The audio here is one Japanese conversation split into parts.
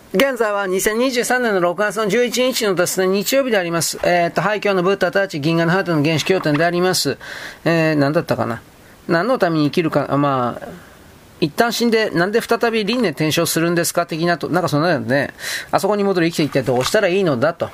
現在は2023年の6月の11日のですね、日曜日であります。廃墟のブッダたち銀河のハートの原始経典であります。何だったかな。何のために生きるか、一旦死んで、なんで再び輪廻転生するんですか的なと、なんかそんなのね、あそこに戻り生きていってどうしたらいいのだと。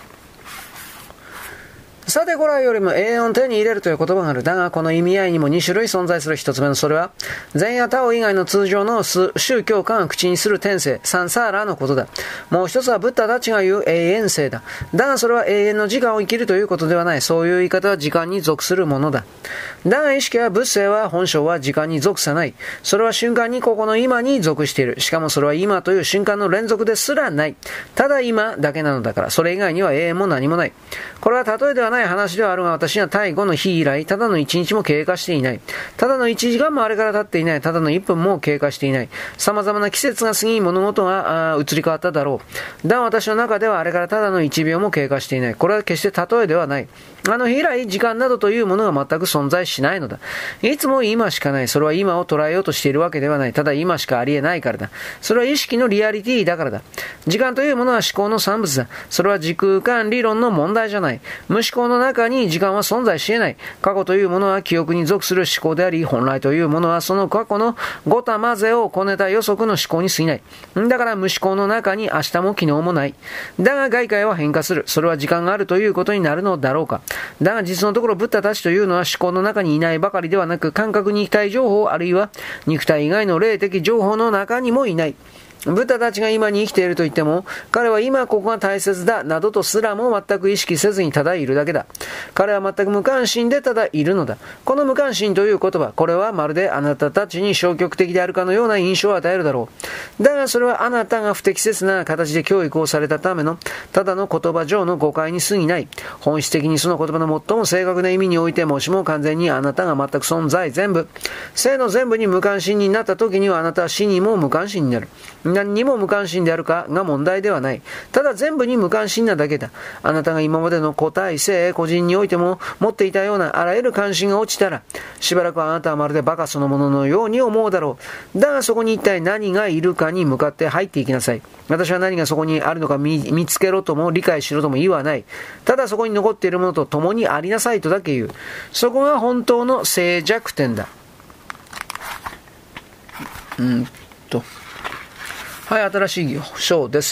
さて、これよりも永遠を手に入れるという言葉がある。だが、この意味合いにも2種類存在する。一つ目のそれは、禅やタオ以外の通常の宗教家が口にする天性、サンサーラのことだ。もう一つはブッダたちが言う永遠性だ。だが、それは永遠の時間を生きるということではない。そういう言い方は時間に属するものだ。だが、意識は仏性は本性は時間に属さない。それは瞬間にここの今に属している。しかもそれは今という瞬間の連続ですらない。ただ今だけなのだから、それ以外には永遠も何もない。これは例えではない話ではあるが、私は太古の日以来、ただの1日も経過していない。ただの1時間もあれから経っていない。ただの1分も経過していない。様々な季節が過ぎ、物事が移り変わっただろう。だが私の中ではあれからただの1秒も経過していない。これは決して例えではない。あの日以来、時間などというものが全く存在しないのだ。いつも今しかない。それは今を捉えようとしているわけではない。ただ今しかありえないからだ。それは意識のリアリティだからだ。時間というものは思考の産物だ。それは時空間理論の問題じゃない。無思考の中に時間は存在し得ない。過去というものは記憶に属する思考であり、本来というものはその過去のごたまぜをこねた予測の思考に過ぎない。だから無思考の中に明日も昨日もない。だが外界は変化する。それは時間があるということになるのだろうか。だが実のところブッダたちというのは思考の中にいないばかりではなく、感覚肉体情報あるいは肉体以外の霊的情報の中にもいない。ブッダたちが今に生きていると言っても、彼は今ここが大切だなどとすらも全く意識せずにただいるだけだ。彼は全く無関心でただいるのだ。この無関心という言葉、これはまるであなたたちに消極的であるかのような印象を与えるだろう。だがそれはあなたが不適切な形で教育をされたためのただの言葉上の誤解に過ぎない。本質的にその言葉の最も正確な意味においてもしも完全にあなたが全く存在全部、生の全部に無関心になった時にはあなたは死にも無関心になる。何にも無関心であるかが問題ではない。ただ全部に無関心なだけだ。あなたが今までの個体性、個人においても持っていたようなあらゆる関心が落ちたら、しばらくあなたはまるでバカそのもののように思うだろう。だがそこに一体何がいるかに向かって入っていきなさい。私は何がそこにあるのか見つけろとも理解しろとも言わない。ただそこに残っているものと共にありなさいとだけ言う。そこが本当の静寂点だ。はい、新しい章です。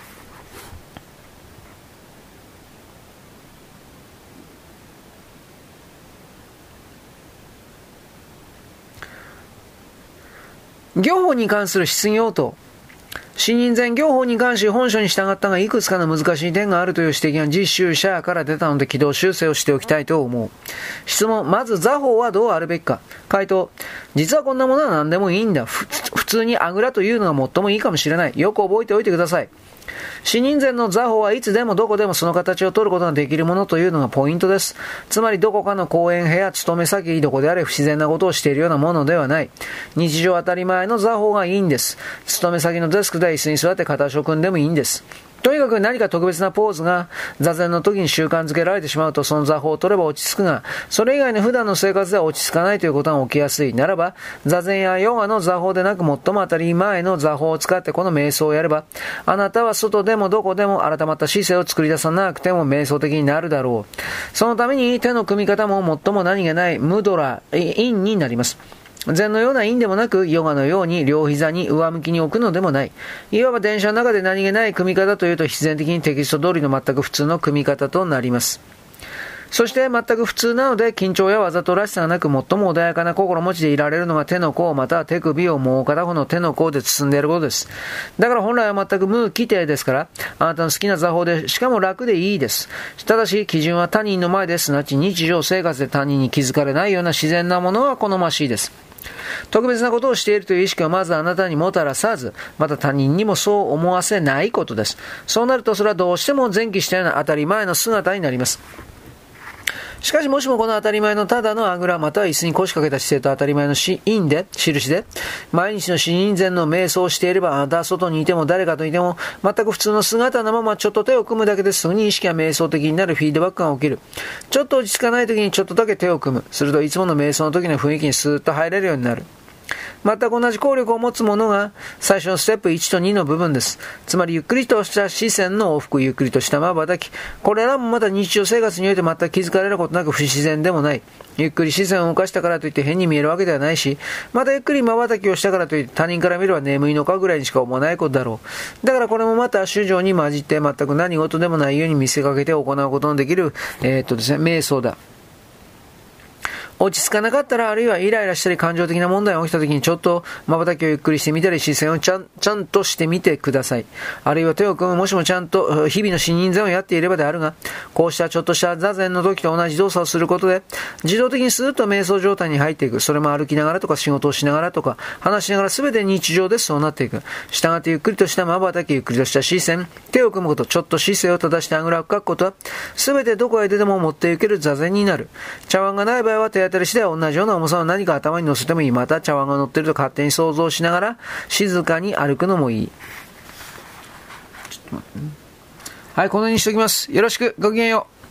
業法に関する質疑応答。視認前業法に関し本書に従ったがいくつかの難しい点があるという指摘が実習者から出たので軌道修正をしておきたいと思う。質問、まず座法はどうあるべきか。回答、実はこんなものは何でもいいんだ。普通にあぐらというのが最もいいかもしれない。よく覚えておいてください。視認前の座法はいつでもどこでもその形を取ることができるものというのがポイントです。つまりどこかの公園部屋、勤め先、どこであれ不自然なことをしているようなものではない。日常当たり前の座法がいいんです。勤め先のデスクで椅子に座って片足を組んでもいいんです。とにかく何か特別なポーズが座禅の時に習慣づけられてしまうとその座法を取れば落ち着くが、それ以外の普段の生活では落ち着かないということが起きやすい。ならば、座禅やヨガの座法でなく最も当たり前の座法を使ってこの瞑想をやれば、あなたは外でもどこでも改まった姿勢を作り出さなくても瞑想的になるだろう。そのために手の組み方も最も何気ないムドラ、インになります。禅のようなインでもなく、ヨガのように両膝に上向きに置くのでもない。いわば電車の中で何気ない組み方というと必然的にテキスト通りの全く普通の組み方となります。そして全く普通なので緊張やわざとらしさがなく最も穏やかな心持ちでいられるのが手の甲または手首をもう片方の手の甲で包んでいることです。だから本来は全く無規定ですから、あなたの好きな座法でしかも楽でいいです。ただし基準は他人の前ですなわち日常生活で他人に気づかれないような自然なものは好ましいです。特別なことをしているという意識はまずあなたにもたらさず、また他人にもそう思わせないことです。そうなるとそれはどうしても前期したような当たり前の姿になります。しかしもしもこの当たり前のただのあぐらまたは椅子に腰掛けた姿勢と当たり前の印で毎日の視認前の瞑想をしていればあなたは外にいても誰かといても全く普通の姿のままちょっと手を組むだけですぐに意識が瞑想的になるフィードバックが起きる。ちょっと落ち着かない時にちょっとだけ手を組む。するといつもの瞑想の時の雰囲気にスーッと入れるようになる。 全く同じ効力を持つものが最初のステップ1と2の部分です。つまりゆっくりとした視線の往復、ゆっくりとした瞬き。これらもまた日常生活において全く気づかれることなく不自然でもない。ゆっくり視線を動かしたからといって変に見えるわけではないし、またゆっくり瞬きをしたからといって他人から見れば眠いのかぐらいにしか思わないことだろう。だからこれもまた衆生に混じって全く何事でもないように見せかけて行うことのできる、瞑想だ。落ち着かなかったら、あるいはイライラしたり感情的な問題が起きた時にちょっと瞬きをゆっくりしてみたり視線をちゃんとしてみてください。あるいは手を組む、もしもちゃんと日々の心認禅をやっていればであるが、こうしたちょっとした座禅の時と同じ動作をすることで自動的にスーッと瞑想状態に入っていく。それも歩きながらとか仕事をしながらとか話しながら全て日常でそうなっていく。したがってゆっくりとした瞬き、ゆっくりとした視線、手を組むこと、ちょっと姿勢を正してあぐらをかくことは全てどこへ出ても持っていける座禅になる。茶碗がない場合は手当たり次第同じような重さの何か頭に乗せてもいい。また茶碗が乗っていると勝手に想像しながら静かに歩くのもいい。はい、このようにしておきます。よろしく、ごきげんよう。